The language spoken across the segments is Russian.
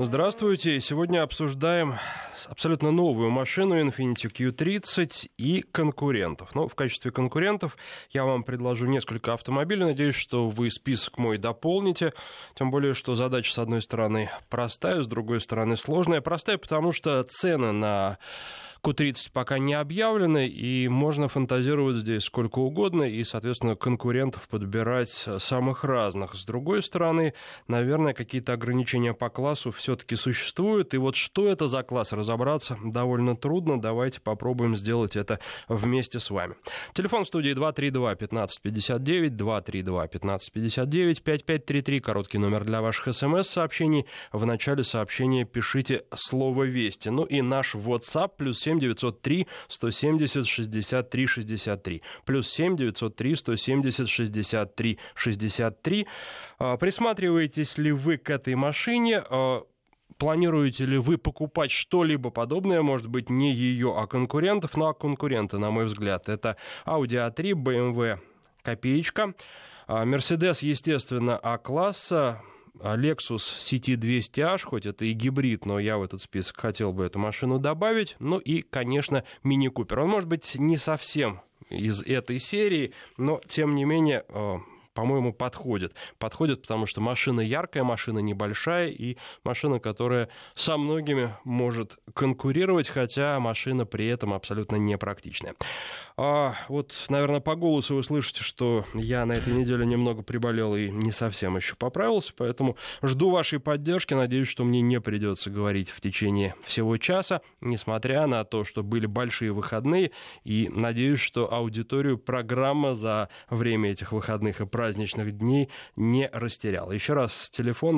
Здравствуйте. Сегодня обсуждаем абсолютно новую машину Infiniti Q30 и конкурентов. В качестве конкурентов я вам предложу несколько автомобилей. Надеюсь, что вы список мой дополните. Тем более, что задача, с одной стороны, простая, с другой стороны, сложная. Простая, потому что цены на Q30 пока не объявлены, и можно фантазировать здесь сколько угодно, и, соответственно, конкурентов подбирать самых разных. С другой стороны, наверное, какие-то ограничения по классу все-таки существуют, и вот что это за класс, разобраться довольно трудно. Давайте попробуем сделать это вместе с вами. Телефон в студии 232-1559, 232-1559, 5533, короткий номер для ваших смс-сообщений. В начале сообщения пишите слово «Вести». И наш WhatsApp +7 903 170 63 63. +7 903 170 63 63. Присматриваетесь ли вы к этой машине? Планируете ли вы покупать что-либо подобное, может быть, не ее, а конкурентов? А конкуренты, на мой взгляд, это Audi A3, BMW копеечка, Mercedes, естественно, А-класса, Lexus CT200H, хоть это и гибрид, но я в этот список хотел бы эту машину добавить. И, конечно, Mini Cooper. Он, может быть, не совсем из этой серии, но, тем не менее, по-моему, подходит. Подходит, потому что машина яркая, машина небольшая и машина, которая со многими может конкурировать, хотя машина при этом абсолютно непрактичная. Наверное, по голосу вы слышите, что я на этой неделе немного приболел и не совсем еще поправился, поэтому жду вашей поддержки. Надеюсь, что мне не придется говорить в течение всего часа, несмотря на то, что были большие выходные, и надеюсь, что аудиторию программа за время этих выходных и праздничных дней не растерял. Еще раз, телефон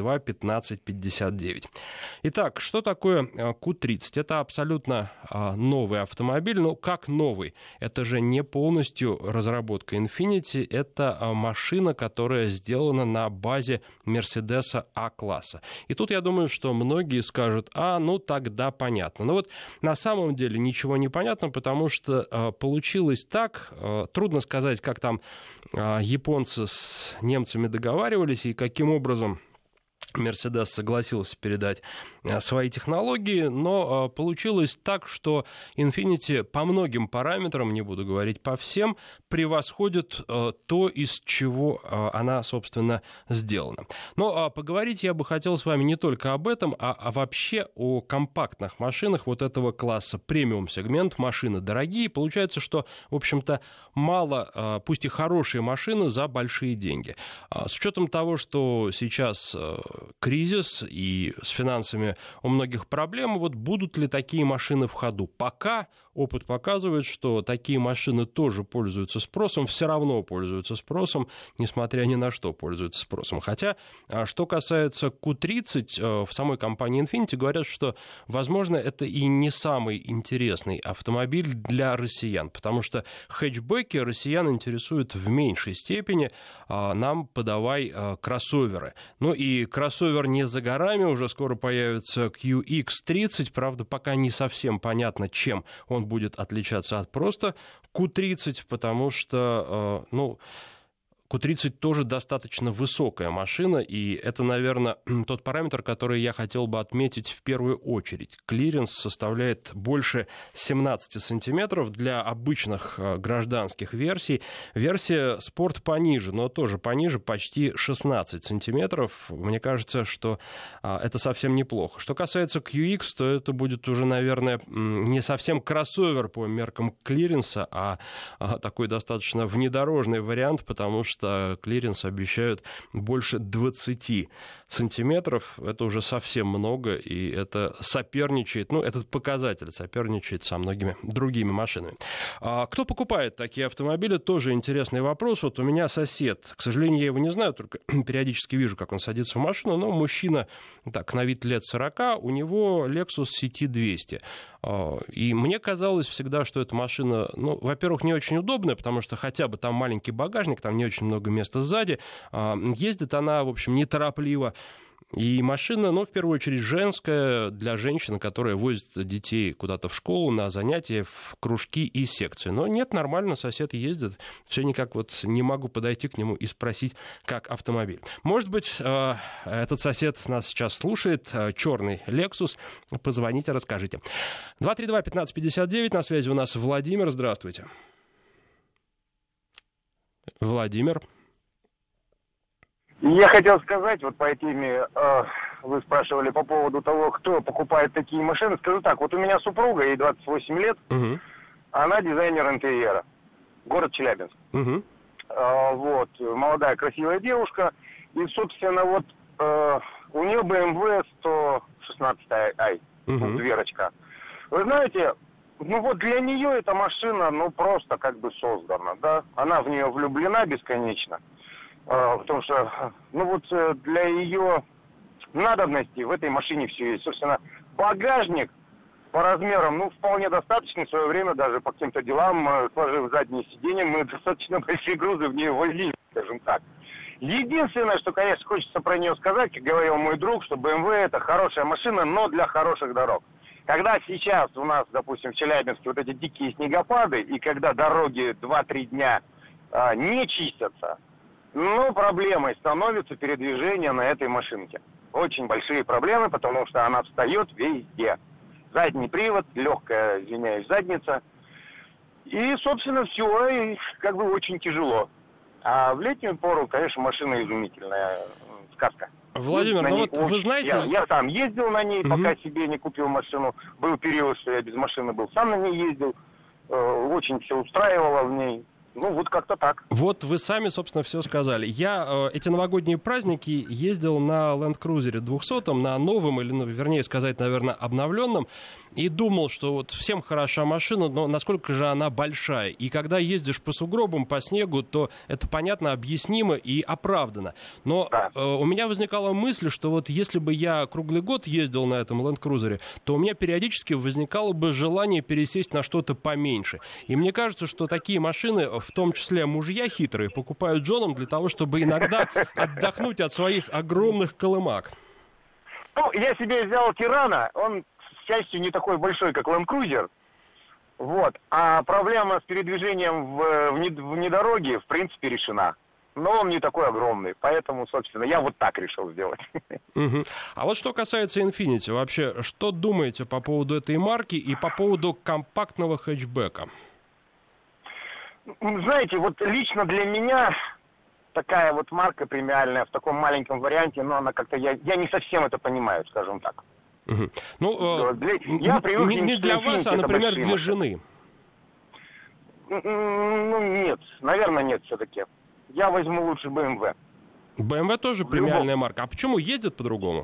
232-1559. Итак, что такое Q30? Это абсолютно новый автомобиль. Как новый? Это же не полностью разработка Infiniti. Это машина, которая сделана на базе Mercedes А-класса. И тут я думаю, что многие скажут, тогда понятно. На самом деле ничего не понятно, потому что получилось так. Трудно сказать, как там японцы с немцами договаривались и каким образом Mercedes согласился передать свои технологии, но получилось так, что Infiniti по многим параметрам, не буду говорить по всем, превосходит то, из чего она, собственно, сделана. Но поговорить я бы хотел с вами не только об этом, а вообще о компактных машинах вот этого класса, премиум-сегмент, машины дорогие. Получается, что, в общем-то, мало, пусть и хорошие машины за большие деньги. С учетом того, что сейчас кризис и с финансами у многих проблемы, будут ли такие машины в ходу? Пока опыт показывает, что такие машины тоже пользуются спросом, все равно пользуются спросом, несмотря ни на что пользуются спросом. Хотя, что касается Q30, в самой компании Infiniti говорят, что, возможно, это и не самый интересный автомобиль для россиян, потому что хэтчбеки россиян интересуют в меньшей степени, нам подавай кроссоверы. И кроссовер не за горами, уже скоро появится QX30, правда, пока не совсем понятно, чем он будет отличаться от просто Q30, потому что, Q30 тоже достаточно высокая машина, и это, наверное, тот параметр, который я хотел бы отметить в первую очередь. Клиренс составляет больше 17 сантиметров для обычных гражданских версий. Версия спорт пониже, но тоже пониже, почти 16 сантиметров. Мне кажется, что это совсем неплохо. Что касается QX, то это будет уже, наверное, не совсем кроссовер по меркам клиренса, а такой достаточно внедорожный вариант, потому что клиренс обещают больше 20 сантиметров. Это уже совсем много, и это соперничает, этот показатель соперничает со многими другими машинами. Кто покупает такие автомобили? Тоже интересный вопрос. У меня сосед, к сожалению, я его не знаю, только периодически вижу, как он садится в машину, но мужчина, на вид лет 40, у него Lexus CT200. И мне казалось всегда, что эта машина, во-первых, не очень удобная, потому что хотя бы там маленький багажник, там не очень много места сзади. Ездит она, в общем, неторопливо. И машина, в первую очередь, женская, для женщины, которая возит детей куда-то в школу, на занятия, в кружки и секции. Но нет, нормально, сосед ездит. Все никак не могу подойти к нему и спросить, как автомобиль. Может быть, этот сосед нас сейчас слушает, черный Lexus. Позвоните, расскажите. 232-1559, на связи у нас Владимир. Здравствуйте. Владимир. Я хотел сказать, вот по теме, вы спрашивали по поводу того, кто покупает такие машины. Скажу так, вот у меня супруга, ей 28 лет, она дизайнер интерьера, город Челябинск. Вот, молодая красивая девушка, и, собственно, вот у нее BMW 116i, дверочка. Вы знаете, вот для нее эта машина, просто как бы создана, да, она в нее влюблена бесконечно. Потому что, для ее надобностей в этой машине все есть. Собственно, багажник по размерам, вполне достаточный. В свое время даже по каким-то делам, сложив задние сиденья, мы достаточно большие грузы в нее возили, скажем так. Единственное, что, конечно, хочется про нее сказать, как говорил мой друг, что BMW это хорошая машина, но для хороших дорог. Когда сейчас у нас, допустим, в Челябинске вот эти дикие снегопады, и когда дороги 2-3 дня не чистятся, проблемой становится передвижение на этой машинке. Очень большие проблемы, потому что она встает везде. Задний привод, легкая, извиняюсь, задница. И, собственно, все, и как бы очень тяжело. А в летнюю пору, конечно, машина изумительная, сказка. Владимир, вы знаете... Я сам ездил на ней, пока себе не купил машину. Был период, что я без машины был, сам на ней ездил. Очень все устраивало в ней. Как-то так. Вот вы сами, собственно, все сказали. Я эти новогодние праздники ездил на Land Cruiser 200, на новом, или, вернее сказать, наверное, обновленном, и думал, что вот всем хороша машина, но насколько же она большая. И когда ездишь по сугробам, по снегу, то это понятно, объяснимо и оправдано. Но у меня возникала мысль, что вот если бы я круглый год ездил на этом Land Cruiser, то у меня периодически возникало бы желание пересесть на что-то поменьше. И мне кажется, что такие машины, в том числе мужья хитрые, покупают женам для того, чтобы иногда отдохнуть от своих огромных колымак. Я себе взял Тирана, он, к счастью, не такой большой, как Land Cruiser. Вот. А проблема с передвижением в внедороге, в принципе, решена. Но он не такой огромный, поэтому, собственно, я вот так решил сделать. А вот что касается Infiniti, вообще, что думаете по поводу этой марки и по поводу компактного хэтчбека? Знаете, вот лично для меня такая вот марка премиальная в таком маленьком варианте, но она как-то, я не совсем это понимаю, скажем так. Я привык не для вас, а, например, для жены. Нет, наверное, нет все-таки. Я возьму лучше BMW. BMW тоже премиальная марка. А почему ездит по-другому?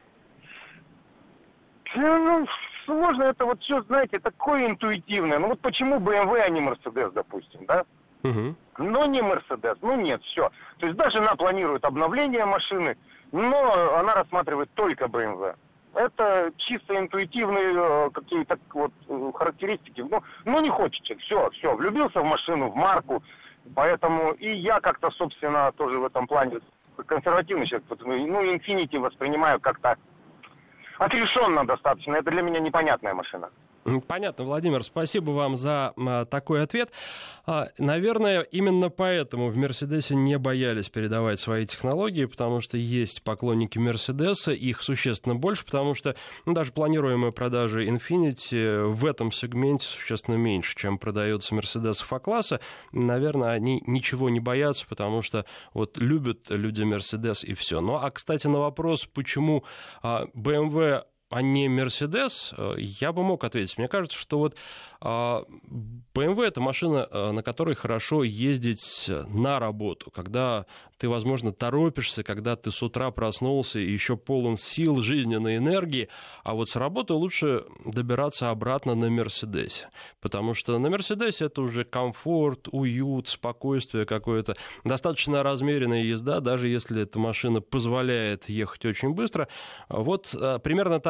Сложно это вот все, знаете, такое интуитивное. Почему BMW, а не Mercedes, допустим, да? Но не Mercedes, нет, все. То есть даже она планирует обновление машины, но она рассматривает только BMW. Это чисто интуитивные какие-то характеристики. Не хочется, все, влюбился в машину, в марку. Поэтому и я как-то, собственно, тоже в этом плане консервативный человек. Infiniti воспринимаю как-то отрешенно достаточно. Это для меня непонятная машина. Понятно, Владимир, спасибо вам за такой ответ. Наверное, именно поэтому в «Мерседесе» не боялись передавать свои технологии, потому что есть поклонники «Мерседеса», их существенно больше, потому что даже планируемые продажи Infiniti в этом сегменте существенно меньше, чем продается «Мерседесов А-класса». Наверное, они ничего не боятся, потому что любят люди «Мерседес» и все. Кстати, на вопрос, почему BMW а не Mercedes, я бы мог ответить. Мне кажется, что BMW — это машина, на которой хорошо ездить на работу, когда ты, возможно, торопишься, когда ты с утра проснулся и еще полон сил, жизненной энергии, а с работы лучше добираться обратно на Мерседесе, потому что на Мерседесе это уже комфорт, уют, спокойствие какое-то, достаточно размеренная езда, даже если эта машина позволяет ехать очень быстро. Примерно так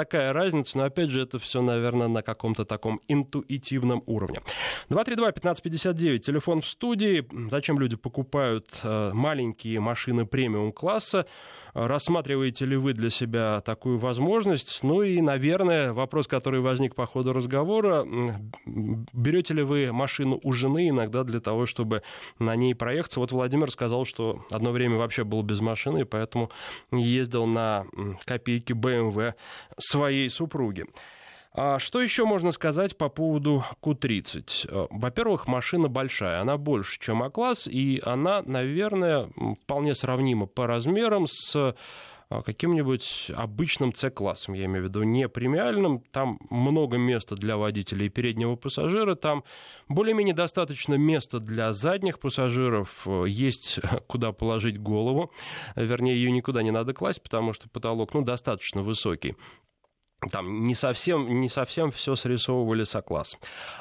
такая разница, но, опять же, это все, наверное, на каком-то таком интуитивном уровне. 232-1559, телефон в студии. Зачем люди покупают маленькие машины премиум-класса? Рассматриваете ли вы для себя такую возможность? Ну и, наверное, вопрос, который возник по ходу разговора, берете ли вы машину у жены иногда для того, чтобы на ней проехаться? Вот Владимир сказал, что одно время вообще был без машины, и поэтому ездил на копейки BMW своей супруги. А что еще можно сказать по поводу Q30? Во-первых, машина большая, она больше, чем А-класс, и она, наверное, вполне сравнима по размерам с каким-нибудь обычным C-классом, я имею в виду, не премиальным. Там много места для водителя и переднего пассажира, там более-менее достаточно места для задних пассажиров, есть куда положить голову, вернее, ее никуда не надо класть, потому что потолок, достаточно высокий. Там не совсем все срисовывали с А-класс.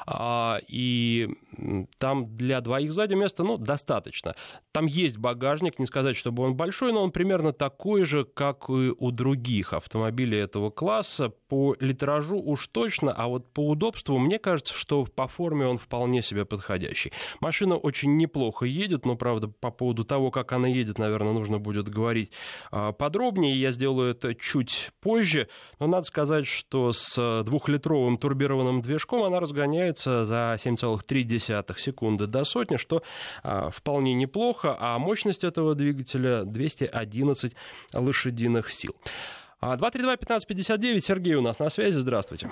И там для двоих сзади места, достаточно. Там есть багажник, не сказать, чтобы он большой, но он примерно такой же, как и у других автомобилей этого класса. По литражу уж точно, а вот по удобству, мне кажется, что по форме он вполне себе подходящий. Машина очень неплохо едет, но, правда, по поводу того, как она едет, наверное, нужно будет говорить подробнее. Я сделаю это чуть позже, но надо сказать, что с 2-литровым турбированным движком она разгоняется за 7,3 секунды до сотни, что вполне неплохо, а мощность этого двигателя 211 лошадиных сил. 232-1559, Сергей у нас на связи, здравствуйте.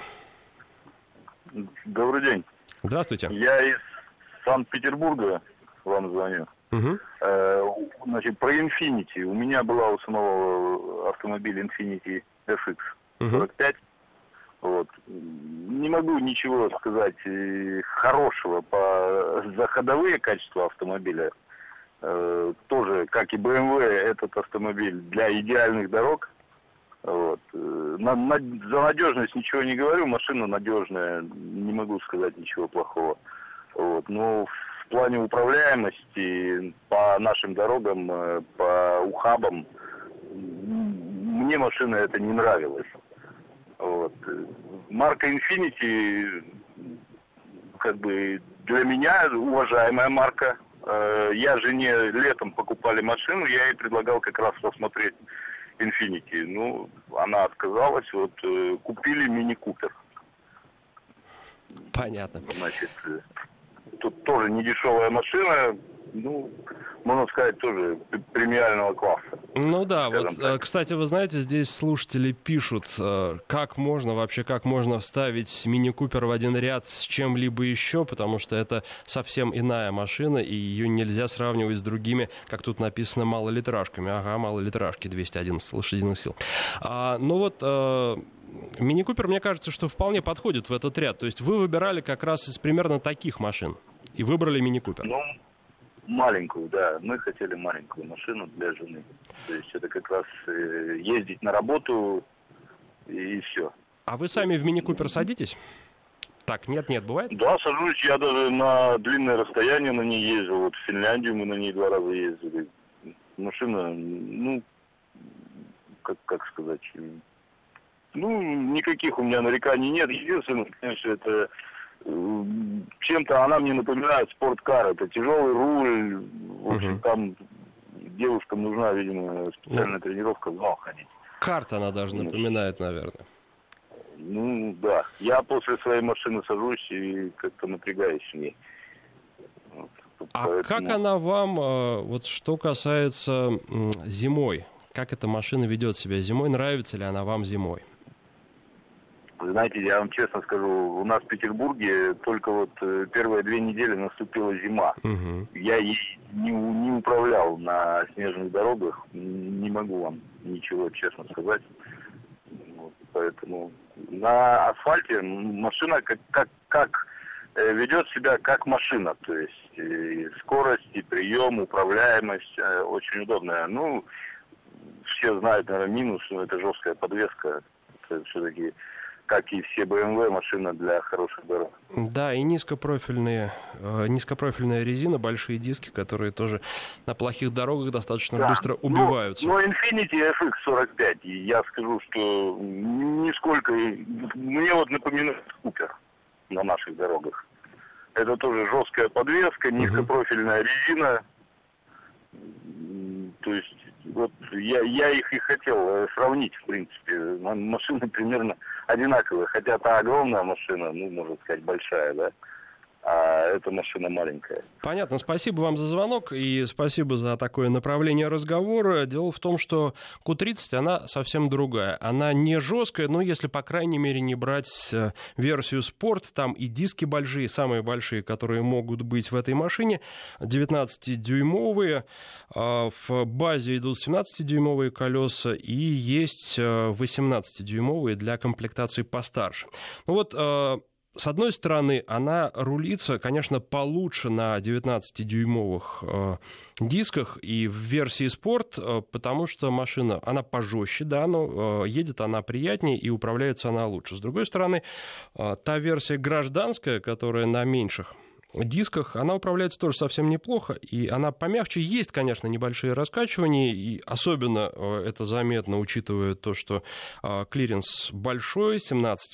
Добрый день. Здравствуйте. Я из Санкт-Петербурга вам звоню. Угу. Значит, про Infiniti. У меня была у самого автомобиля Infiniti FX 45. Вот. Не могу ничего сказать хорошего за ходовые качества автомобиля. Тоже, как и BMW, этот автомобиль для идеальных дорог. Вот. За надежность ничего не говорю, машина надежная, не могу сказать ничего плохого. Вот. Но в плане управляемости по нашим дорогам, по ухабам, мне машина эта не нравилась. Вот. Марка Infiniti, как бы, для меня уважаемая марка. Я жене летом покупали машину, я ей предлагал как раз посмотреть Infiniti. Она отказалась, купили мини-купер. Понятно. Значит, тут тоже недешевая машина, можно сказать, тоже премиального класса. Кстати, вы знаете, здесь слушатели пишут, как можно ставить мини-купер в один ряд с чем-либо еще, потому что это совсем иная машина, и ее нельзя сравнивать с другими, как тут написано, малолитражками. Ага, малолитражки, 211 лошадиных сил. Мини-купер, мне кажется, что вполне подходит в этот ряд. То есть вы выбирали как раз из примерно таких машин и выбрали мини-купер. Маленькую, да. Мы хотели маленькую машину для жены. То есть это как раз ездить на работу и все. А вы сами в мини-купер садитесь? Так, нет, бывает? Да, сажусь. Я даже на длинное расстояние на ней ездил. Вот в Финляндию мы на ней 2 раза ездили. Машина, как сказать... никаких у меня нареканий нет. Единственное, конечно, это чем-то она мне напоминает спорткар. Это тяжелый руль. В общем, там девушкам нужна, видимо, специальная тренировка в зал ходить. Карта она даже напоминает, наверное. Да. Я после своей машины сажусь и как-то напрягаюсь в ней. Поэтому... как она вам, что касается зимой? Как эта машина ведет себя зимой? Нравится ли она вам зимой? Знаете, я вам честно скажу, у нас в Петербурге только первые 2 недели наступила зима. Угу. Я ей не управлял на снежных дорогах, не могу вам ничего честно сказать. Поэтому на асфальте машина как ведет себя как машина, то есть и скорость, и прием, управляемость очень удобная. Все знают, наверное, минус, это жесткая подвеска, это все-таки как и все BMW, машина для хороших дорог. Да, и низкопрофильная резина, большие диски, которые тоже на плохих дорогах достаточно быстро убиваются. Но Infiniti FX45, я скажу, что нисколько... Мне вот напоминает Купер на наших дорогах. Это тоже жесткая подвеска, низкопрофильная резина. То есть, вот я их и хотел сравнить, в принципе. Машины примерно одинаковые, хотя та огромная машина, можно сказать, большая, да, а эта машина маленькая. Понятно. Спасибо вам за звонок и спасибо за такое направление разговора. Дело в том, что Q30, она совсем другая. Она не жесткая, но если, по крайней мере, не брать версию Sport, там и диски большие, самые большие, которые могут быть в этой машине, 19-дюймовые, в базе идут 17-дюймовые колеса и есть 18-дюймовые для комплектации постарше. Ну вот, с одной стороны, она рулится, конечно, получше на 19-дюймовых дисках и в версии Sport, потому что машина, она пожестче, да, но едет она приятнее и управляется она лучше. С другой стороны, та версия гражданская, которая на меньших дисках, она управляется тоже совсем неплохо, и она помягче. Есть, конечно, небольшие раскачивания, и особенно это заметно, учитывая то, что клиренс большой, 17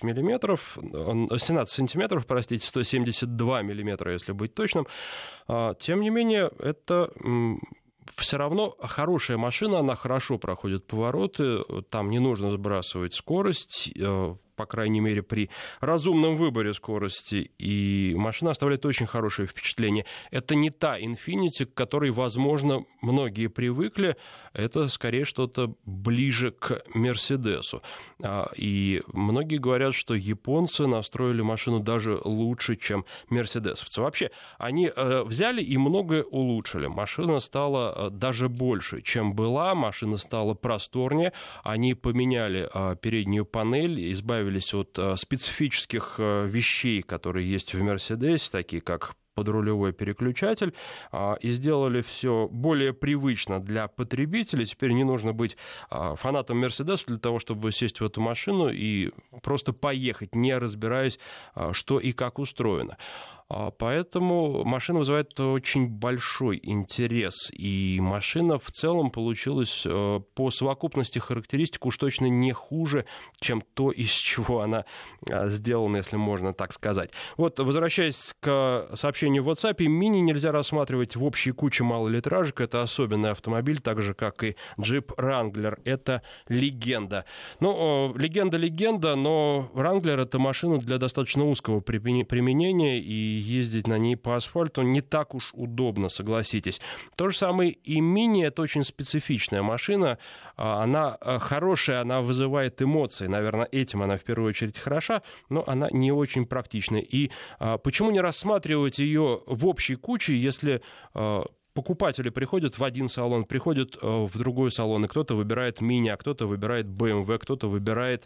сантиметров, 172 миллиметра, если быть точным. Тем не менее, это все равно хорошая машина, она хорошо проходит повороты, там не нужно сбрасывать скорость, по крайней мере, при разумном выборе скорости, и машина оставляет очень хорошее впечатление. Это не та Infiniti, к которой, возможно, многие привыкли, это скорее что-то ближе к Мерседесу. И многие говорят, что японцы настроили машину даже лучше, чем мерседесовцы. Вообще, они взяли и многое улучшили. Машина стала даже больше, чем была, машина стала просторнее, они поменяли переднюю панель, избавились от специфических вещей, которые есть в Мерседесе, такие как подрулевой переключатель, и сделали все более привычно для потребителей. Теперь не нужно быть фанатом Мерседеса для того, чтобы сесть в эту машину и просто поехать, не разбираясь, что и как устроено. Поэтому машина вызывает очень большой интерес, и машина в целом получилась по совокупности характеристик уж точно не хуже, чем то, из чего она сделана, если можно так сказать. Вот, возвращаясь к сообщению в WhatsApp, Mini нельзя рассматривать в общей куче малолитражек, это особенный автомобиль, так же, как и Jeep Wrangler, это легенда. Ну, легенда, но Wrangler — это машина для достаточно узкого применения, и ездить на ней по асфальту не так уж удобно, согласитесь. То же самое и Mini, это очень специфичная машина, она хорошая, она вызывает эмоции, наверное, этим она в первую очередь хороша, но она не очень практичная. И почему не рассматривать ее в общей куче, если покупатели приходят в один салон, приходят в другой салон, и кто-то выбирает Mini, а кто-то выбирает BMW, кто-то выбирает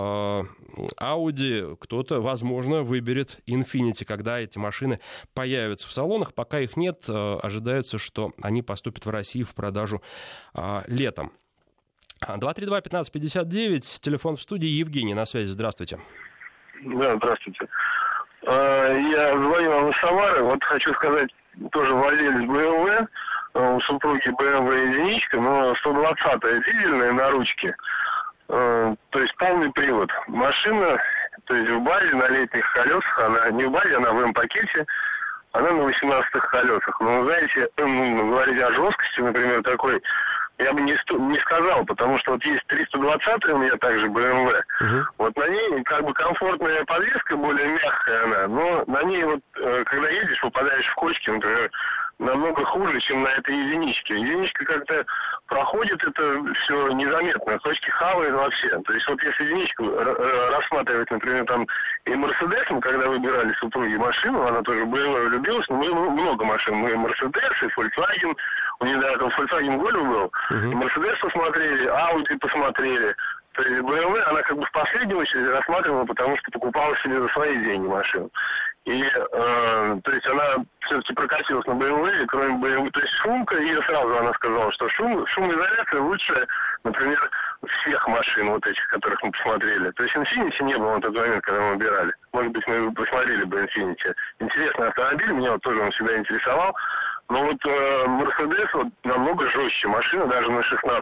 Audi, кто-то, возможно, выберет Infiniti, когда эти машины появятся в салонах. Пока их нет, ожидается, что они поступят в Россию в продажу летом. 232-1559, телефон в студии. Евгений на связи, здравствуйте. Да, здравствуйте. Я звоню вам из Самары, вот хочу сказать, тоже владелец BMW, у супруги BMW единичка, но 120-я дизельная на ручке, то есть полный привод. Машина, то есть в базе на летних колесах, она не в базе, она в М-пакете, она на 18-х колесах. Но, знаете, говорить о жесткости, например, такой, я бы не сказал, потому что вот есть 320-я у меня также BMW, вот на ней как бы комфортная подвеска, более мягкая она, но на ней вот, когда едешь, попадаешь в кочки, например, намного хуже, чем на этой единичке. Единичка как-то проходит это все незаметно, кочки хавает вообще. То есть вот если единичку рассматривать, например, там и Мерседесом, когда выбирали супруги машину, она тоже BMW влюбилась, но мы много машин, мы Мерседес и Volkswagen, у нее даже там Volkswagen Golf был, и Мерседес посмотрели, Audi посмотрели, То есть BMW, она как бы в последнюю очередь рассматривала, потому что покупала себе за свои деньги машину. И, то есть она все-таки прокатилась на BMW, и кроме BMW, то есть шумка, и сразу она сказала, что шумоизоляция лучше, например, всех машин вот этих, которых мы посмотрели. То есть Infiniti не было на тот момент, когда мы выбирали. Может быть, мы посмотрели бы Infiniti. Интересный автомобиль, меня вот тоже он всегда интересовал. Но вот Mercedes вот намного жестче машина, даже на 16.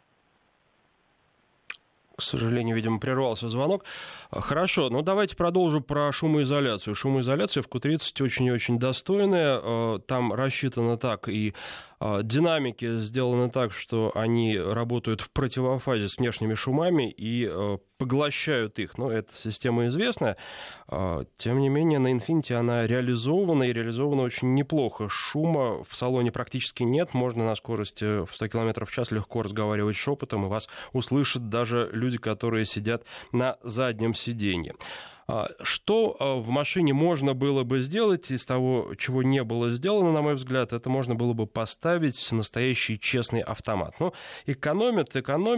К сожалению, видимо, прервался звонок. Хорошо, ну давайте продолжим про шумоизоляцию. Шумоизоляция в Q30 очень и очень достойная. Там рассчитано так, и динамики сделаны так, что они работают в противофазе с внешними шумами и поглощают их. Ну, эта система известная. Тем не менее, на Infiniti она реализована, и реализована очень неплохо. Шума в салоне практически нет. Можно на скорости в 100 км в час легко разговаривать шепотом, и вас услышат даже люди, которые сидят на заднем сиденье. Что в машине можно было бы сделать из того, чего не было сделано, на мой взгляд, это можно было бы поставить настоящий честный автомат. Ну, экономит,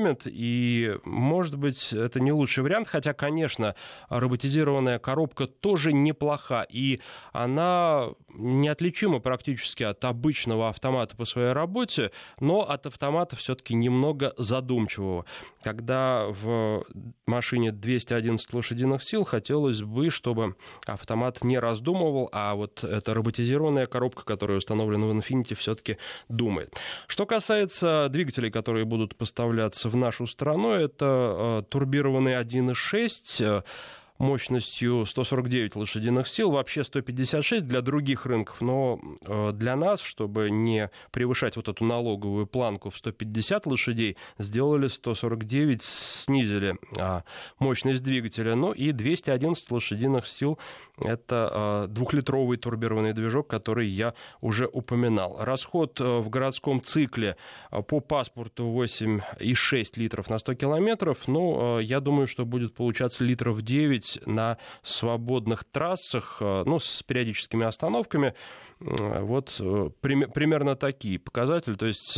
и, может быть, это не лучший вариант, хотя, конечно, роботизированная коробка тоже неплоха, и она неотличима практически от обычного автомата по своей работе, но от автомата все-таки немного задумчивого. Когда в машине 211 лошадиных сил хотелось бы, чтобы автомат не раздумывал, а вот эта роботизированная коробка, которая установлена в Infiniti, все-таки думает. Что касается двигателей, которые будут поставляться в нашу страну, это турбированный 1.6 мощностью 149 лошадиных сил, вообще 156 для других рынков, но для нас, чтобы не превышать вот эту налоговую планку в 150 лошадей, сделали 149, снизили мощность двигателя, ну и 211 лошадиных сил — это двухлитровый турбированный движок, который я уже упоминал. Расход в городском цикле по паспорту 8,6 литров на 100 километров, ну, я думаю, что будет получаться литров 9 на свободных трассах, ну, с периодическими остановками. Вот примерно такие показатели. То есть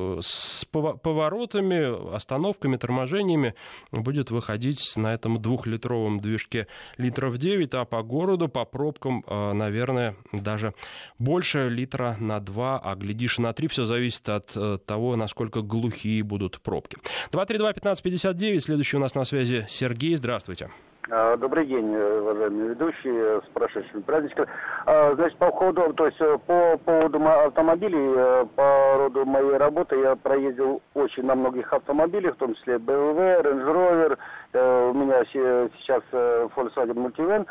с поворотами, остановками, торможениями будет выходить на этом двухлитровом движке литров 9, а по городу, по пробкам, наверное, даже больше литра на 2, а глядишь на 3. Все зависит от того, насколько глухие будут пробки. 232-1559. Следующий у нас на связи Сергей. Здравствуйте. Добрый день, уважаемые ведущие, с прошедшими праздниками. Значит, по поводу автомобилей, по роду моей работы я проездил очень на многих автомобилях, в том числе BMW, Range Rover, у меня сейчас Volkswagen Multivan,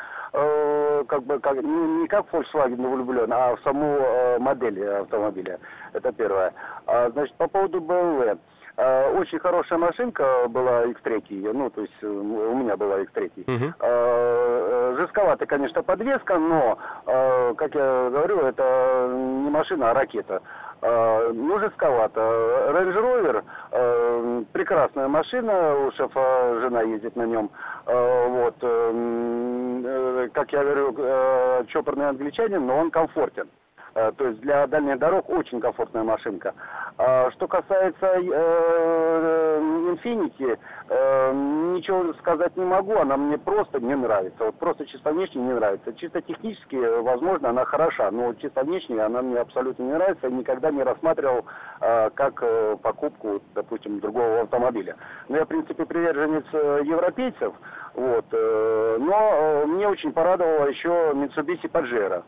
не как Volkswagen влюблен, а в саму модель автомобиля. Это первое. Значит, по поводу BMW. Очень хорошая машинка была X3, ну, то есть у меня была X3. Жестковатая, конечно, подвеска, но, как я говорю, это не машина, а ракета. Ну, жестковато. Range Rover, прекрасная машина, у шефа жена ездит на нем. Вот, как я говорю, чопорный англичанин, но он комфортен. То есть для дальних дорог очень комфортная машинка. Что касается Infiniti, ничего сказать не могу, она мне просто не нравится. Вот просто чисто внешне не нравится. Чисто технически, возможно, она хороша, но чисто внешне она мне абсолютно не нравится. И никогда не рассматривал как покупку, допустим, другого автомобиля. Но я, в принципе, приверженец европейцев, вот, но мне очень порадовала еще Mitsubishi Pajero.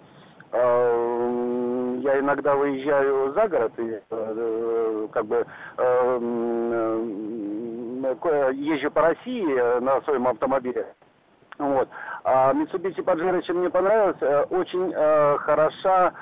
Я иногда выезжаю за город и езжу по России на своем автомобиле. Вот. А Mitsubishi Pajero, чем мне понравилось, очень хороша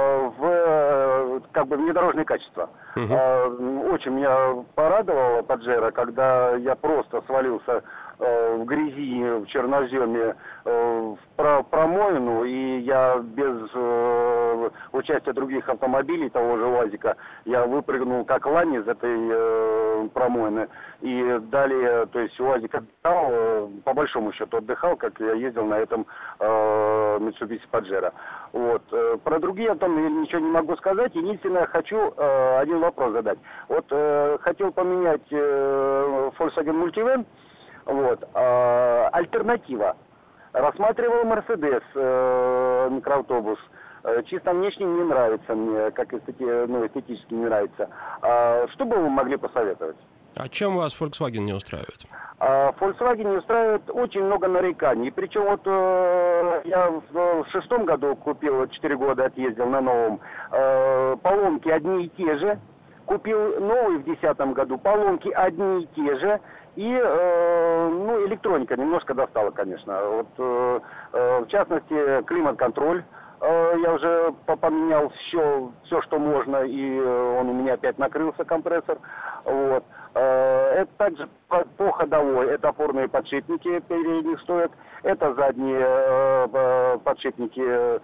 в внедорожное качество. Очень меня порадовало Pajero, когда я просто свалился в грязи, в черноземе, в промоину, и я без участия других автомобилей, того же УАЗика, я выпрыгнул как лань из этой промоины, и далее, то есть УАЗик отдыхал, по большому счету отдыхал, как я ездил на этом Mitsubishi Pajero. Вот. Про другие автомобили ничего не могу сказать, единственное, хочу один вопрос задать. Вот хотел поменять Volkswagen Multivan. Вот. Альтернатива. Рассматривал Мерседес, микроавтобус. Чисто внешне не нравится мне, как эстетически не нравится. Что бы вы могли посоветовать? А чем вас Volkswagen не устраивает? Volkswagen не устраивает очень много нареканий. Причем вот я в 2006 году купил, 4 года отъездил на новом. Поломки одни и те же. Купил новый в 2010 году, поломки одни и те же. И электроника немножко достала, конечно. Вот, в частности, климат-контроль. Я уже поменял все, что можно, и он у меня опять накрылся, компрессор. Вот. Это также по ходовой, это опорные подшипники передних стоят, это задние подшипники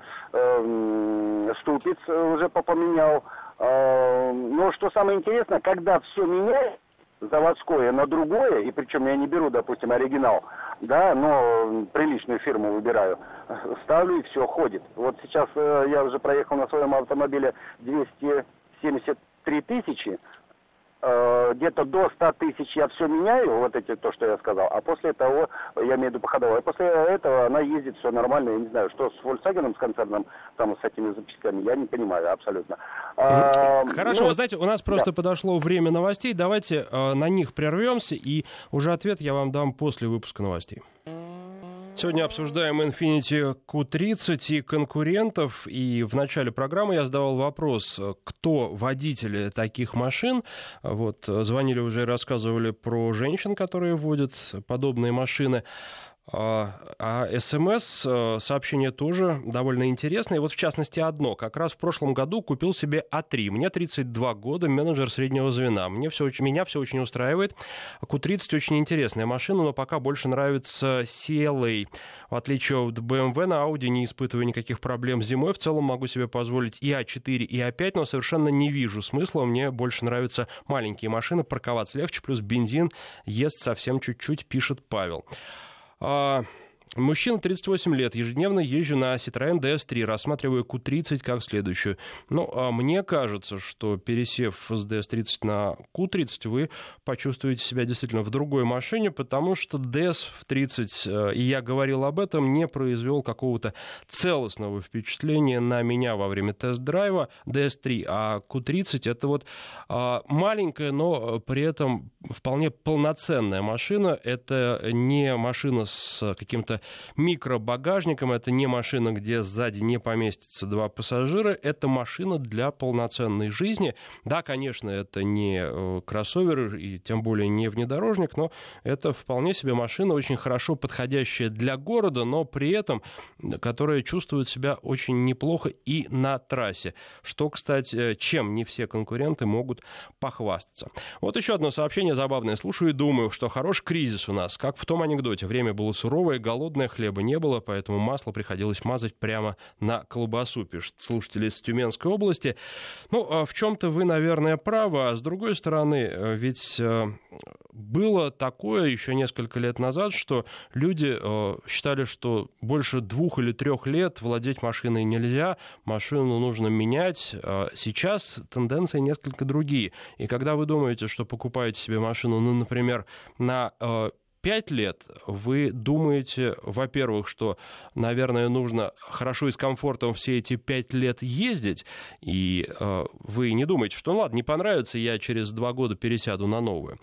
ступиц уже поменял. Но что самое интересное, когда все меняется, заводское на другое, и причем я не беру, допустим, оригинал, да, но приличную фирму выбираю, ставлю и все, ходит. Вот сейчас я уже проехал на своем автомобиле 273 тысячи, где-то до 100 тысяч я все меняю, вот эти, то, что я сказал, а после того, я имею в виду по ходовой, после этого она ездит все нормально, я не знаю, что с Volkswagen, с концерном, там, с этими запчастями, я не понимаю абсолютно. Хорошо, вы знаете, у нас просто подошло время новостей, давайте на них прервемся, и уже ответ я вам дам после выпуска новостей. Сегодня обсуждаем Infiniti Q30 и конкурентов. И в начале программы я задавал вопрос, кто водители таких машин. Вот, звонили уже и рассказывали про женщин, которые водят подобные машины. А СМС-сообщение тоже довольно интересное. И вот в частности одно. Как раз в прошлом году купил себе А3. Мне 32 года, менеджер среднего звена. Меня все очень устраивает. Q30 очень интересная машина, но пока больше нравится CLA. В отличие от BMW, на Audi не испытываю никаких проблем зимой. В целом могу себе позволить и А4, и А5, но совершенно не вижу смысла. Мне больше нравятся маленькие машины. Парковаться легче, плюс бензин ест совсем чуть-чуть, пишет Павел. Мужчина, 38 лет, ежедневно езжу на Citroёn DS3, рассматриваю Q30 как следующую. Мне кажется, что пересев с DS30 на Q30, вы почувствуете себя действительно в другой машине, потому что DS30, и я говорил об этом, не произвел какого-то целостного впечатления на меня во время тест-драйва DS3, а Q30 это вот маленькая, но при этом вполне полноценная машина. Это не машина с каким-то микробагажником, это не машина, где сзади не поместится 2 пассажира, это машина для полноценной жизни. Да, конечно, это не кроссовер и тем более не внедорожник, но это вполне себе машина, очень хорошо подходящая для города, но при этом которая чувствует себя очень неплохо и на трассе, что, кстати, чем не все конкуренты могут похвастаться. Вот еще одно сообщение забавное. Слушаю и думаю, что хороший кризис у нас, как в том анекдоте. Время было суровое, голодное, хлеба не было, поэтому масло приходилось мазать прямо на колбасу, пишет слушатель из Тюменской области. В чем-то вы, наверное, правы, а с другой стороны, ведь было такое еще несколько лет назад, что люди считали, что больше 2 или 3 лет владеть машиной нельзя, машину нужно менять. Сейчас тенденции несколько другие. И когда вы думаете, что покупаете себе машину, например, на 5 лет, вы думаете, во-первых, что, наверное, нужно хорошо и с комфортом все эти 5 лет ездить, и вы не думаете, что, ладно, не понравится, я через 2 года пересяду на новую.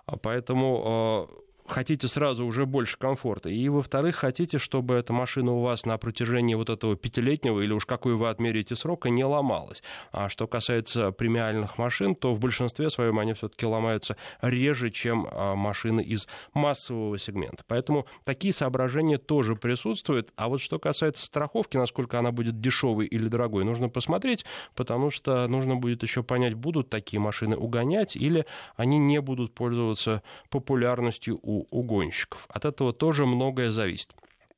Поэтому хотите сразу уже больше комфорта. И, во-вторых, хотите, чтобы эта машина у вас на протяжении вот этого 5-летнего, или уж какой вы отмерите срока, не ломалась. А что касается премиальных машин, то в большинстве своем они все-таки ломаются реже, чем машины из массового сегмента. Поэтому такие соображения тоже присутствуют. А вот что касается страховки, насколько она будет дешевой или дорогой, нужно посмотреть, потому что нужно будет еще понять, будут такие машины угонять или они не будут пользоваться популярностью у угонщиков. От этого тоже многое зависит.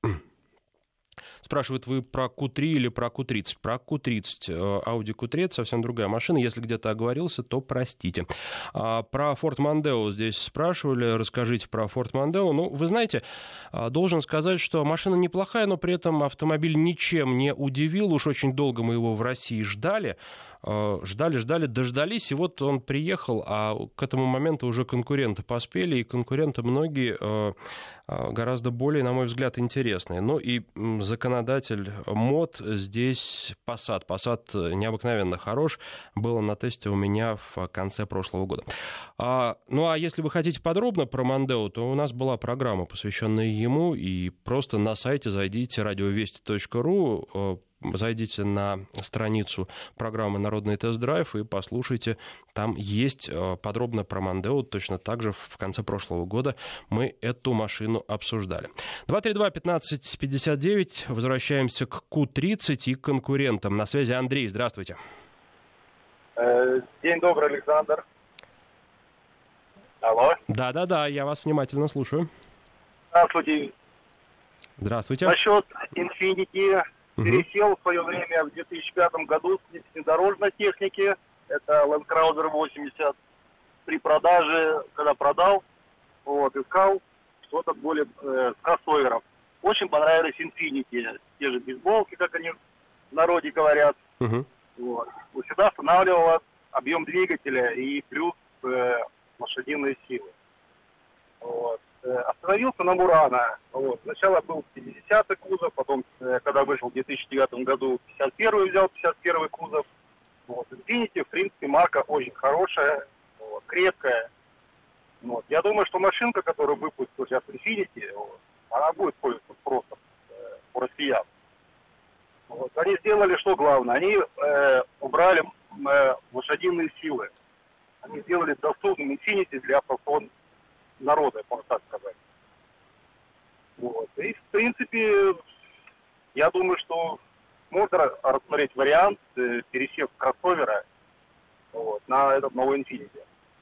Спрашивают, вы про Q3 или про Q30? Про Q30. Audi Q3 — совсем другая машина. Если где-то оговорился, то простите. Про Ford Mondeo здесь спрашивали. Расскажите про Ford Mondeo. Вы знаете, должен сказать, что машина неплохая, но при этом автомобиль ничем не удивил. Уж очень долго мы его в России ждали. ждали, дождались, и вот он приехал, а к этому моменту уже конкуренты поспели, и конкуренты многие гораздо более, на мой взгляд, интересные. Ну и законодатель мод здесь Passat. Passat необыкновенно хорош. Было на тесте у меня в конце прошлого года. Ну а если вы хотите подробно про Mondeo, то у нас была программа, посвященная ему, и просто на сайте зайдите radiovesti.ru, зайдите на страницу программы «Народный тест-драйв» и послушайте. Там есть подробно про Mondeo. Точно так же в конце прошлого года мы эту машину обсуждали. 232-1559. Возвращаемся к Q30 и конкурентам. На связи Андрей. Здравствуйте. День добрый, Александр. Алло. Да, я вас внимательно слушаю. Здравствуйте. Здравствуйте. Насчет Infiniti. Пересел в свое время в 2005 году с внедорожной техники. Это Land Cruiser 80. При продаже, когда продал, искал что-то более кроссоверов. Очень понравились Infiniti. Те же бейсболки, как они в народе говорят. Всегда останавливало объем двигателя и плюс лошадиные силы. Остановился на Мурано. Сначала был 50-й кузов, потом, когда вышел в 2009 году, 51-й взял, 51-й кузов. Infiniti, в принципе, марка очень хорошая, крепкая. Я думаю, что машинка, которую выпустил сейчас Infiniti, она будет пользоваться спросом у россиян. Они сделали что главное? Они убрали лошадиные силы. Они сделали доступным Infiniti для простого народа, можно так сказать. И, в принципе, я думаю, что можно рассмотреть вариант, пересев кроссовера на этот новый Infiniti.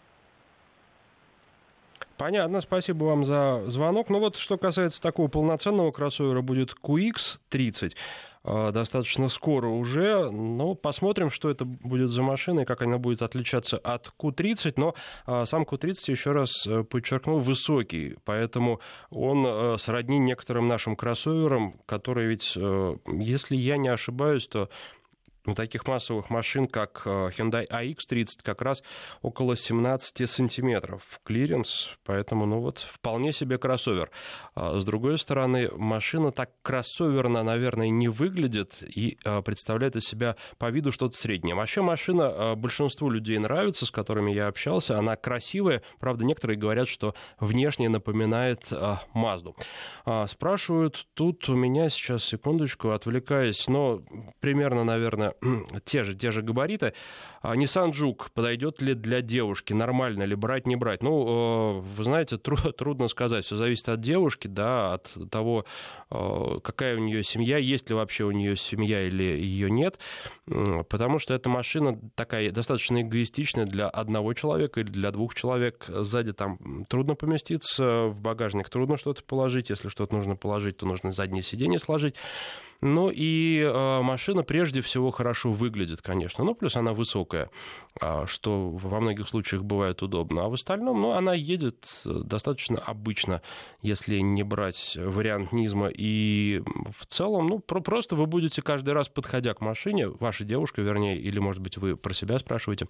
Понятно, спасибо вам за звонок. Ну вот, что касается такого полноценного кроссовера, будет QX30. Достаточно скоро уже. Но посмотрим, что это будет за машина и как она будет отличаться от Q30. Но сам Q30, еще раз подчеркну, высокий. Поэтому он сродни некоторым нашим кроссоверам, которые ведь, если я не ошибаюсь, то у таких массовых машин, как Hyundai AX30, как раз около 17 сантиметров клиренс, поэтому, вполне себе кроссовер. С другой стороны, машина так кроссоверно, наверное, не выглядит и представляет из себя по виду что-то среднее. Вообще машина большинству людей нравится, с которыми я общался, она красивая, правда, некоторые говорят, что внешне напоминает Мазду. Спрашивают тут у меня сейчас, секундочку, отвлекаясь, но примерно, наверное, те же габариты. Nissan Juke подойдет ли для девушки? Нормально ли брать, не брать? Вы знаете, трудно сказать. Все зависит от девушки, да, от того, какая у нее семья, есть ли вообще у нее семья или ее нет. Потому что эта машина такая достаточно эгоистичная для одного человека или для двух человек. Сзади там трудно поместиться, в багажник трудно что-то положить. Если что-то нужно положить, то нужно заднее сиденье сложить. Ну и машина прежде всего хорошо выглядит, конечно. Плюс она высокая, что во многих случаях бывает удобно. А в остальном, она едет достаточно обычно, если не брать вариант низма. И в целом, просто вы будете каждый раз, подходя к машине, ваша девушка, вернее, или, может быть, вы про себя спрашиваете,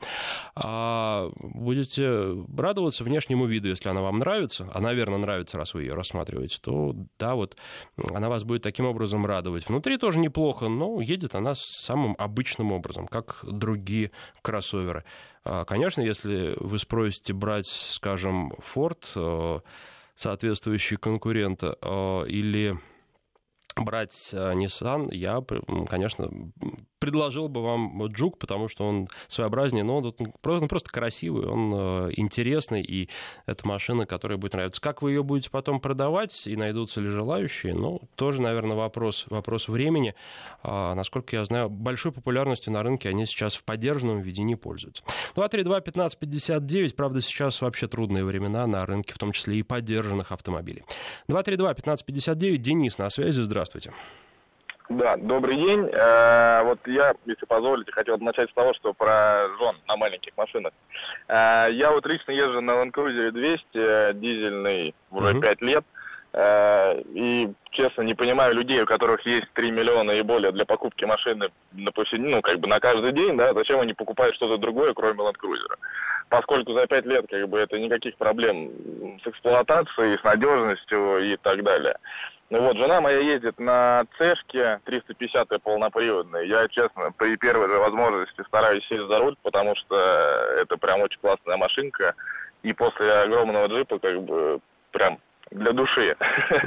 будете радоваться внешнему виду, если она вам нравится, а, наверное, нравится, раз вы ее рассматриваете, то, да, она вас будет таким образом радовать. Внутри тоже неплохо, но едет она самым обычным образом, как другие кроссоверы. Конечно, если вы спросите брать, скажем, Ford, соответствующий конкурента, или брать Nissan, я, конечно, предложил бы вам Juke, потому что он своеобразнее, но он просто красивый, он интересный, и это машина, которая будет нравиться. Как вы ее будете потом продавать, и найдутся ли желающие, тоже, наверное, вопрос времени. Насколько я знаю, большой популярностью на рынке они сейчас в подержанном виде не пользуются. 232-1559, правда, сейчас вообще трудные времена на рынке, в том числе и подержанных автомобилей. 232-1559, Денис на связи, здравствуйте. Да, добрый день. Я, если позволите, хотел начать с того, что про жен на маленьких машинах. Я лично езжу на Land Cruiser 200, дизельный, уже 5 лет. И, честно, не понимаю людей, у которых есть 3 миллиона и более для покупки машины на каждый день, да, зачем они покупают что-то другое, кроме Land Cruiser. Поскольку за 5 лет, это никаких проблем с эксплуатацией, с надежностью и так далее. Жена моя ездит на Цешке 350-й полноприводной. Я, честно, при первой же возможности стараюсь сесть за руль, потому что это прям очень классная машинка. И после огромного джипа, прям для души.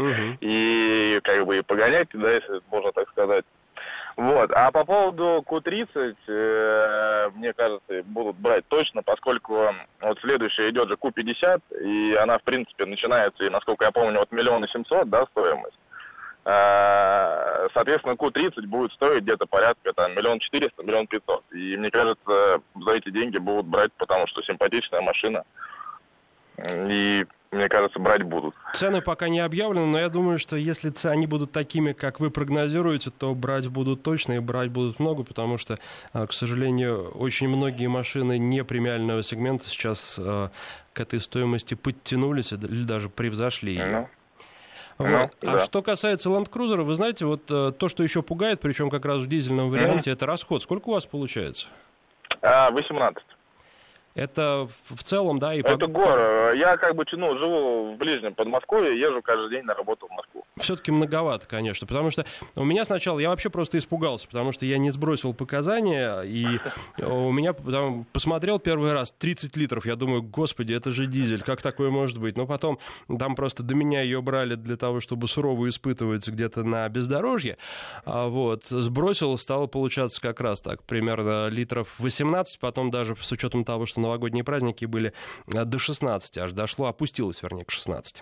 И, и погонять, да, если можно так сказать. А по поводу Q30, мне кажется, будут брать точно, поскольку следующая идет же Q50, и она, в принципе, начинается, и, насколько я помню, от 1 700 000, да, стоимость. Соответственно, Q30 будет стоить где-то порядка 1 400 000, 1 500 000. И мне кажется, за эти деньги будут брать, потому что симпатичная машина. И, мне кажется, брать будут. Цены пока не объявлены, но я думаю, что если они будут такими, как вы прогнозируете, то брать будут точно и брать будут много, потому что, к сожалению, очень многие машины не премиального сегмента сейчас к этой стоимости подтянулись или даже превзошли ее. А что касается Land Cruiser, вы знаете, то, что еще пугает, причем как раз в дизельном варианте, это расход. Сколько у вас получается? 18. Это в целом, да? Это город. Я живу в ближнем Подмосковье, езжу каждый день на работу в Москву. Все-таки многовато, конечно, потому что у меня сначала, я вообще просто испугался, потому что я не сбросил показания, и у меня посмотрел первый раз 30 литров, я думаю, господи, это же дизель, как такое может быть? Но потом там просто до меня ее брали для того, чтобы сурово испытывать где-то на бездорожье, сбросил, стало получаться как раз так, примерно литров 18, потом даже с учетом того, что новогодние праздники были, до 16 аж дошло, опустилось, вернее, к 16.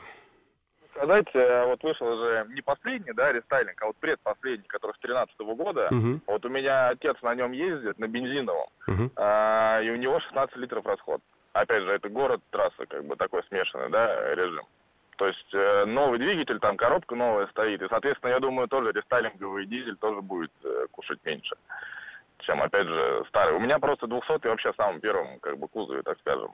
Сказать, вышел же не последний, да, рестайлинг, а предпоследний, который с 2013 года. У меня отец на нем ездит, на бензиновом, и у него 16 литров расход. Опять же, это город, трасса, такой смешанный, да, режим. То есть новый двигатель, там коробка новая стоит, и, соответственно, я думаю, тоже рестайлинговый дизель тоже будет кушать меньше, чем, опять же, старый. У меня просто 200-й вообще в самом первом, кузове, так скажем.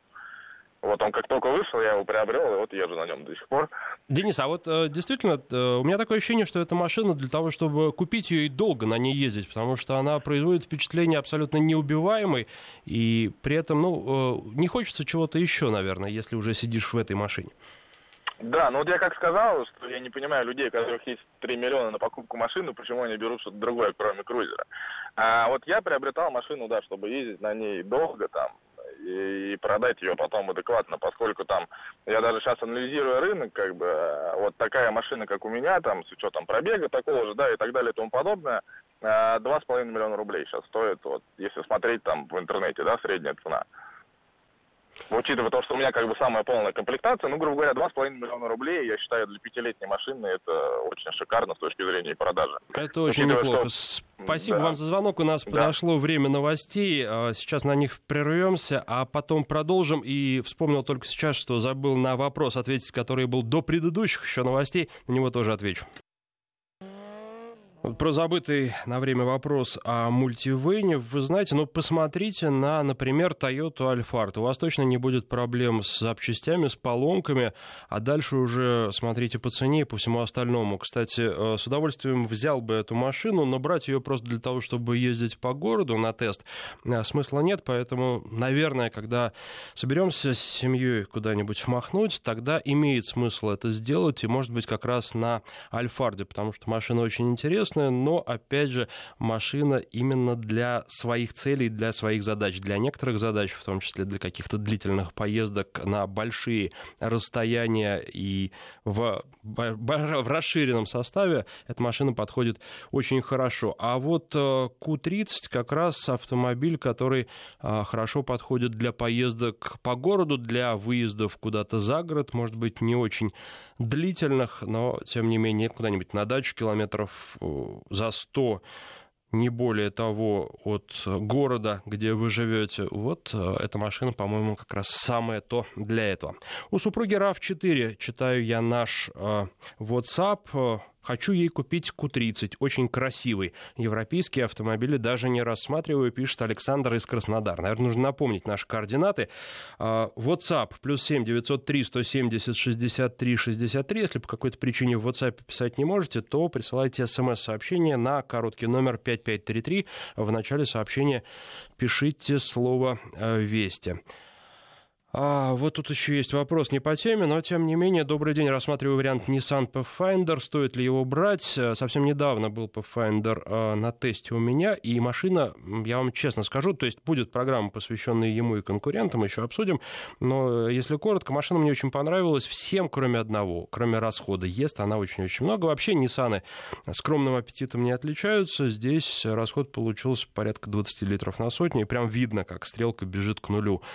Он как только вышел, я его приобрел, и езжу на нем до сих пор. Денис, действительно, у меня такое ощущение, что эта машина для того, чтобы купить ее и долго на ней ездить, потому что она производит впечатление абсолютно неубиваемой, и при этом, не хочется чего-то еще, наверное, если уже сидишь в этой машине. Да, я как сказал, что я не понимаю людей, у которых есть 3 миллиона на покупку машины, почему они берут что-то другое, кроме крузера. Я приобретал машину, да, чтобы ездить на ней долго там, и продать ее потом адекватно, поскольку я даже сейчас анализирую рынок, такая машина, как у меня, с учетом пробега такого же, да, и так далее, и тому подобное, 2,5 миллиона рублей сейчас стоит, если смотреть в интернете, да, средняя цена. Учитывая то, что у меня самая полная комплектация, грубо говоря, 2,5 миллиона рублей, я считаю, для 5-летней машины это очень шикарно с точки зрения продажи. Это очень неплохо. Спасибо вам за звонок. У нас подошло время новостей. Сейчас на них прервемся, а потом продолжим. И вспомнил только сейчас, что забыл на вопрос ответить, который был до предыдущих еще новостей. На него тоже отвечу. Про забытый на время вопрос о мультивэне. Вы знаете, посмотрите на, например, Toyota Alphard. У вас точно не будет проблем с запчастями, с поломками, а дальше уже смотрите по цене и по всему остальному. Кстати, с удовольствием взял бы эту машину, но брать ее просто для того, чтобы ездить по городу на тест, смысла нет, поэтому, наверное, когда соберемся с семьей куда-нибудь махнуть, тогда имеет смысл это сделать, и, может быть, как раз на Альфарде, потому что машина очень интересная, но, опять же, машина именно для своих целей, для своих задач, для некоторых задач, в том числе для каких-то длительных поездок на большие расстояния и в расширенном составе эта машина подходит очень хорошо. А Q30 как раз автомобиль, который хорошо подходит для поездок по городу, для выездов куда-то за город, может быть, не очень длительных, но, тем не менее, куда-нибудь на дачу километров за 100, не более того, от города, где вы живете. Эта машина, по-моему, как раз самое то для этого. У супруги RAV4 читаю я наш WhatsApp. Хочу ей купить Q30, очень красивый. Европейские автомобили даже не рассматриваю, пишет Александр из Краснодара. Наверное, нужно напомнить наши координаты. WhatsApp, +7 903 170 63 63. Если по какой-то причине в WhatsApp писать не можете, то присылайте смс-сообщение на короткий номер 5533. В начале сообщения пишите слово «Вести». Вот тут еще есть вопрос не по теме, но тем не менее, добрый день, рассматриваю вариант Nissan Pathfinder, стоит ли его брать? Совсем недавно был Pathfinder на тесте у меня, и машина, я вам честно скажу, то есть будет программа, посвященная ему и конкурентам, еще обсудим, но если коротко, машина мне очень понравилась всем, кроме одного, кроме расхода. Ест она очень-очень много. Вообще Ниссаны скромным аппетитом не отличаются, здесь расход получился порядка 20 литров на сотню, и прям видно, как стрелка бежит к нулю.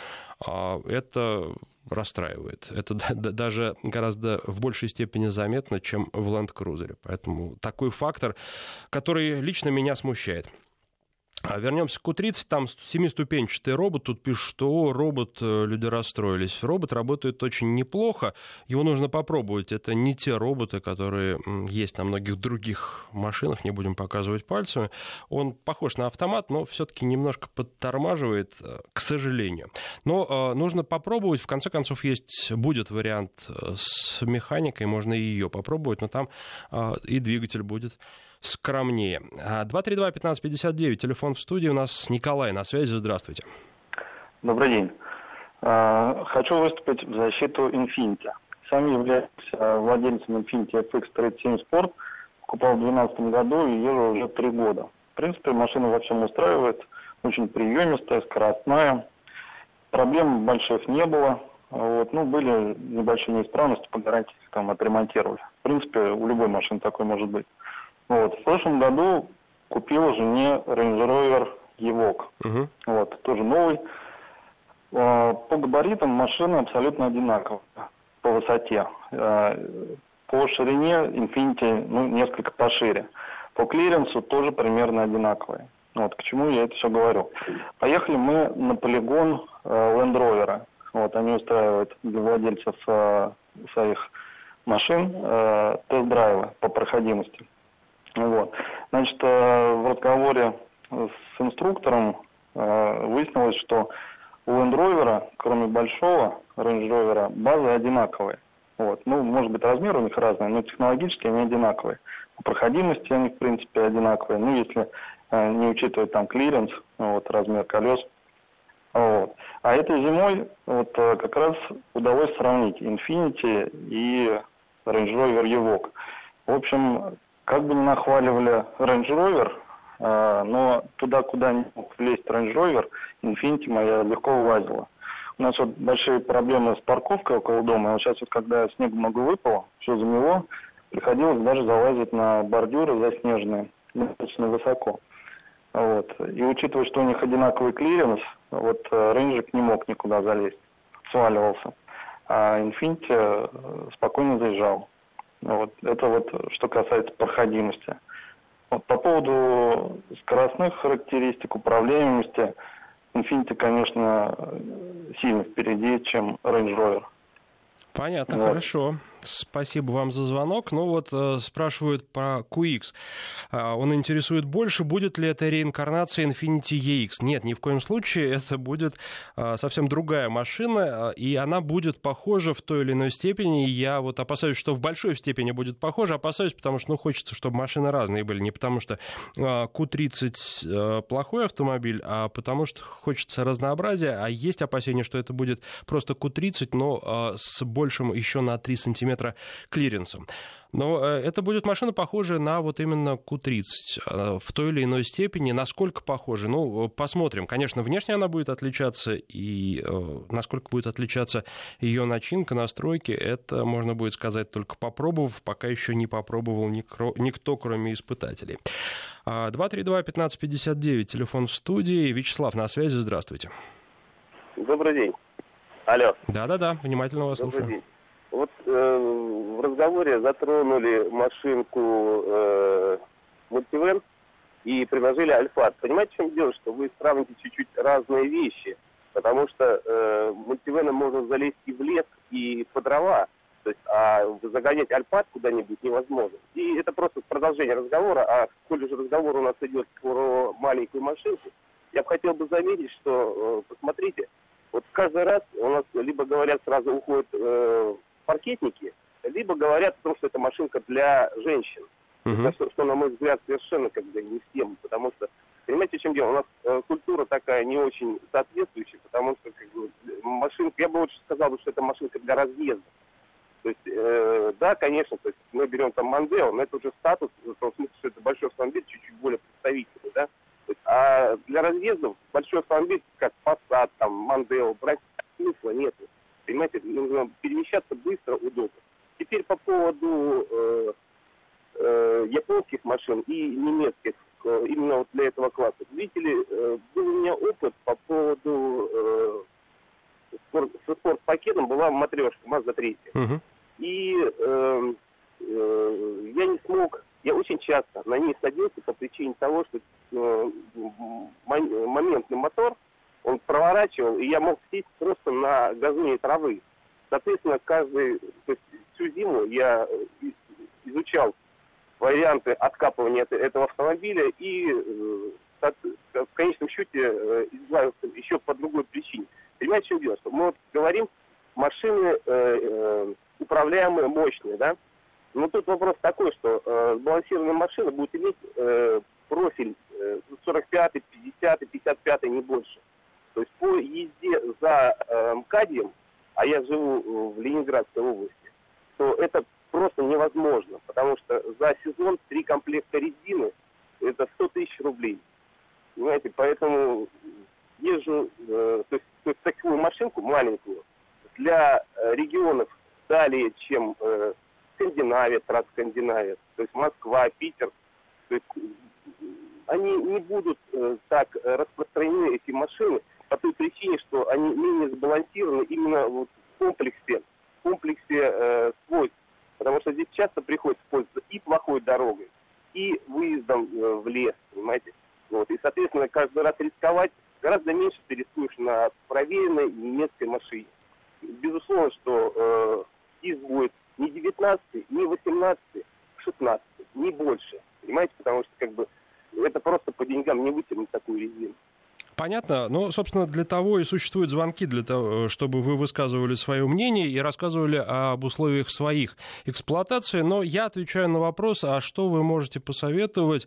Это расстраивает. Это даже гораздо в большей степени заметно, чем в Land Cruiser. Поэтому такой фактор, который лично меня смущает. Вернемся к Q30, там 7-ступенчатый робот, тут пишут, что робот, люди расстроились. Робот работает очень неплохо, его нужно попробовать. Это не те роботы, которые есть на многих других машинах, не будем показывать пальцами. Он похож на автомат, но все-таки немножко подтормаживает, к сожалению. Но нужно попробовать, в конце концов будет вариант с механикой, можно и ее попробовать, но там и двигатель будет скромнее. 232-1559, телефон в студии. У нас Николай на связи. Здравствуйте. Добрый день. Хочу выступить в защиту Infiniti. Сам являюсь владельцем Infiniti FX37 Sport. Покупал в 2012 году и езжу уже 3 года. В принципе, машина во всем устраивает. Очень приемистая, скоростная. Проблем больших не было. Были небольшие неисправности, по гарантии их там отремонтировали. В принципе, у любой машины такой может быть. В прошлом году купил жене Range Rover Evoque. Тоже новый. По габаритам машина абсолютно одинаковая по высоте. По ширине Infiniti несколько пошире. По клиренсу тоже примерно одинаковые. К чему я это все говорю. Поехали мы на полигон Land Rover. Они устраивают для владельцев своих машин тест-драйвы по проходимости. Значит, в разговоре с инструктором выяснилось, что у Land Rover, кроме большого Range Rover, базы одинаковые. Может быть, размер у них разный, но технологически они одинаковые. По проходимости они, в принципе, одинаковые. Если не учитывать там клиренс, размер колес. А этой зимой как раз удалось сравнить Infiniti и Range Rover Evoque. В общем, как бы ни нахваливали Range Rover, но туда, куда не мог влезть Range Rover, Infiniti моя легко влазила. У нас большие проблемы с парковкой около дома. Сейчас, когда снег много выпало, все замело, приходилось даже залазить на бордюры заснеженные достаточно высоко. И учитывая, что у них одинаковый клиренс, Рейнджик не мог никуда залезть, сваливался. А Infiniti спокойно заезжал. Это что касается проходимости. По поводу скоростных характеристик, управляемости, Infiniti, конечно, сильно впереди, чем Range Rover. Понятно, хорошо. Спасибо вам за звонок. Спрашивают про QX. Он интересует больше, будет ли это реинкарнация Infiniti EX. Нет, ни в коем случае. Это будет совсем другая машина, и она будет похожа в той или иной степени. Я опасаюсь, что в большой степени будет похожа. Опасаюсь, потому что хочется, чтобы машины разные были. Не потому что Q30 плохой автомобиль, а потому что хочется разнообразия. А есть опасения, что это будет просто Q30, но с большим еще на 3 сантиметра клиренсом. Но это будет машина, похожая на именно Q30 в той или иной степени. Насколько похожа? Посмотрим. Конечно, внешне она будет отличаться, и насколько будет отличаться ее начинка, настройки, это можно будет сказать только попробовав, пока еще не попробовал никто, кроме испытателей. 232-1559, телефон в студии. Вячеслав на связи, здравствуйте. Добрый день. Алло. Да-да-да, внимательно вас слушаю. Добрый день. В разговоре затронули машинку Multivan и предложили Альфат. Понимаете, в чем дело? Что вы сравните чуть-чуть разные вещи, потому что Multivan можно залезть и в лес, и по дрова, То есть, загонять Альфат куда-нибудь невозможно. И это просто продолжение разговора, а коль уже разговор у нас идет про маленькую машинку, я бы хотел заметить, что, посмотрите, вот каждый раз у нас либо говорят, сразу уходят паркетники, либо говорят о том, что это машинка для женщин. Что, на мой взгляд, совершенно не в тему, потому что, понимаете, в чем дело? У нас культура такая не очень соответствующая, потому что машинка, я бы лучше сказал, что это машинка для разъезда. То есть, да, конечно, то есть мы берем там Мондео, но это уже статус, в том смысле, что это большой автомобиль, чуть-чуть более представительный, да. То есть, а для разъездов большой автомобиль, как Passat, там, Мондео, брать смысла нет. Понимаете, нужно перемещаться быстро, удобно. Теперь по поводу японских машин и немецких, именно вот для этого класса. Видите ли, был у меня опыт по поводу со спортпакетом, была матрешка Mazda 3. И я не смог, я очень часто на ней садился по причине того, что моментный мотор, он проворачивал, и я мог сесть просто на газоне травы. Соответственно, всю зиму я изучал варианты откапывания этого автомобиля и в конечном счете избавился еще по другой причине. Понимаете, в чем дело? Что мы вот говорим, машины управляемые, мощные, да? Но тут вопрос такой, что сбалансированная машина будет иметь профиль 45-й, 50-й, 55-й, не больше. То есть по езде за МКАДом, а я живу в Ленинградской области, то это просто невозможно, потому что за сезон 3 комплекта резины это 100 тысяч рублей. Понимаете, поэтому езжу, то есть такую машинку маленькую для регионов далее, чем Скандинавия, Трансскандинавия, то есть Москва, Питер, то есть они не будут так распространены, эти машины, по той причине, что они менее сбалансированы именно вот в комплексе свойств. Потому что здесь часто приходится пользоваться и плохой дорогой, и выездом в лес, понимаете. Вот. И, соответственно, каждый раз рисковать гораздо меньше ты рискуешь на проверенной немецкой машине. Безусловно, что иск будет не 19-й, не 18-й, 16-й, не больше. Понимаете, потому что это просто по деньгам не вытянуть такую резину. Понятно. Ну, собственно, для того и существуют звонки, для того, чтобы вы высказывали свое мнение и рассказывали об условиях своих эксплуатаций. Но я отвечаю на вопрос, а что вы можете посоветовать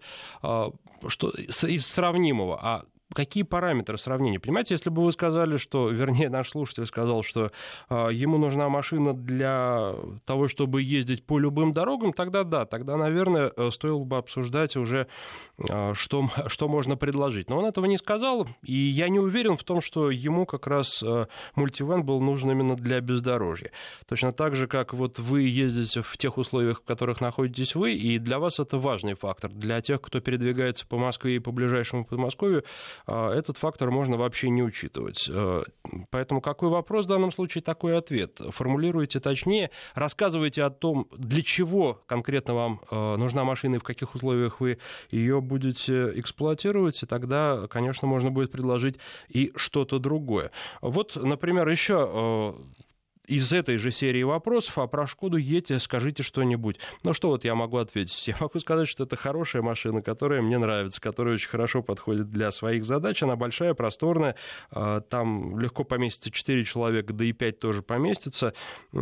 из сравнимого? Какие параметры сравнения? Понимаете, если бы вы сказали, вернее, наш слушатель сказал, что ему нужна машина для того, чтобы ездить по любым дорогам, тогда да, тогда, наверное, стоило бы обсуждать уже, что можно предложить. Но он этого не сказал, и я не уверен в том, что ему как раз мультивэн был нужен именно для бездорожья. Точно так же, как вот вы ездите в тех условиях, в которых находитесь вы, и для вас это важный фактор. Для тех, кто передвигается по Москве и по ближайшему Подмосковью, этот фактор можно вообще не учитывать. Поэтому какой вопрос в данном случае, такой ответ. Формулируйте точнее, рассказывайте о том, для чего конкретно вам нужна машина и в каких условиях вы ее будете эксплуатировать, и тогда, конечно, можно будет предложить и что-то другое. Вот, например, еще из этой же серии вопросов, а про Шкоду Йети скажите что-нибудь. Ну, что вот я могу ответить? Я могу сказать, что это хорошая машина, которая мне нравится, которая очень хорошо подходит для своих задач. Она большая, просторная, там легко поместится 4 человека, да и 5 тоже поместится.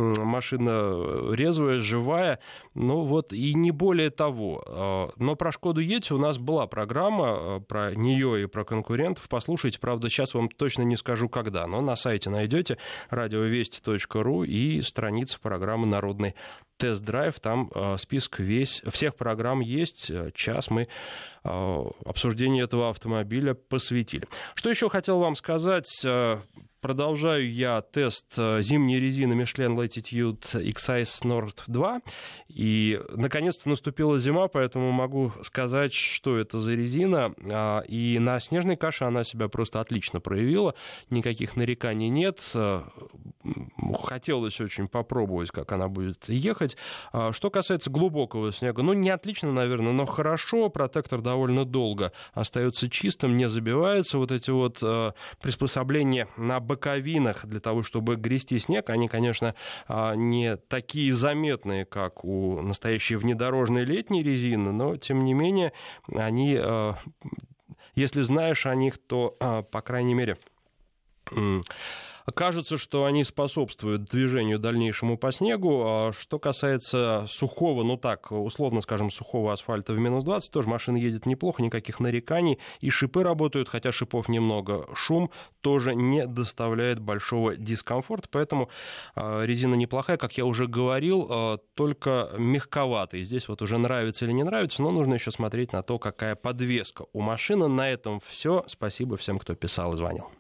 Машина резвая, живая, ну вот, и не более того. Но про Шкоду Йети у нас была программа, про нее и про конкурентов. Послушайте, правда, сейчас вам точно не скажу, когда, но на сайте найдете радиовести.ру и страница программы «Народный тест-драйв». Там список всех программ есть. Час мы обсуждению этого автомобиля посвятили. Что еще хотел вам сказать? Продолжаю я тест зимней резины Michelin Latitude X-Ice Nord 2. И, наконец-то, наступила зима, поэтому могу сказать, что это за резина. И на снежной каше она себя просто отлично проявила. Никаких нареканий нет. Хотелось очень попробовать, как она будет ехать. делать. Что касается глубокого снега, не отлично, наверное, но хорошо. Протектор довольно долго остается чистым, не забивается. Вот эти вот приспособления на боковинах для того, чтобы грести снег, они, конечно, не такие заметные, как у настоящей внедорожной летней резины, но, тем не менее, они, если знаешь о них, то, по крайней мере, кажется, что они способствуют движению дальнейшему по снегу. Что касается сухого, условно скажем, сухого асфальта в минус 20, тоже машина едет неплохо, никаких нареканий. И шипы работают, хотя шипов немного. Шум тоже не доставляет большого дискомфорта, поэтому резина неплохая, как я уже говорил, только мягковатая. Здесь вот уже нравится или не нравится, но нужно еще смотреть на то, какая подвеска у машины. На этом все. Спасибо всем, кто писал и звонил.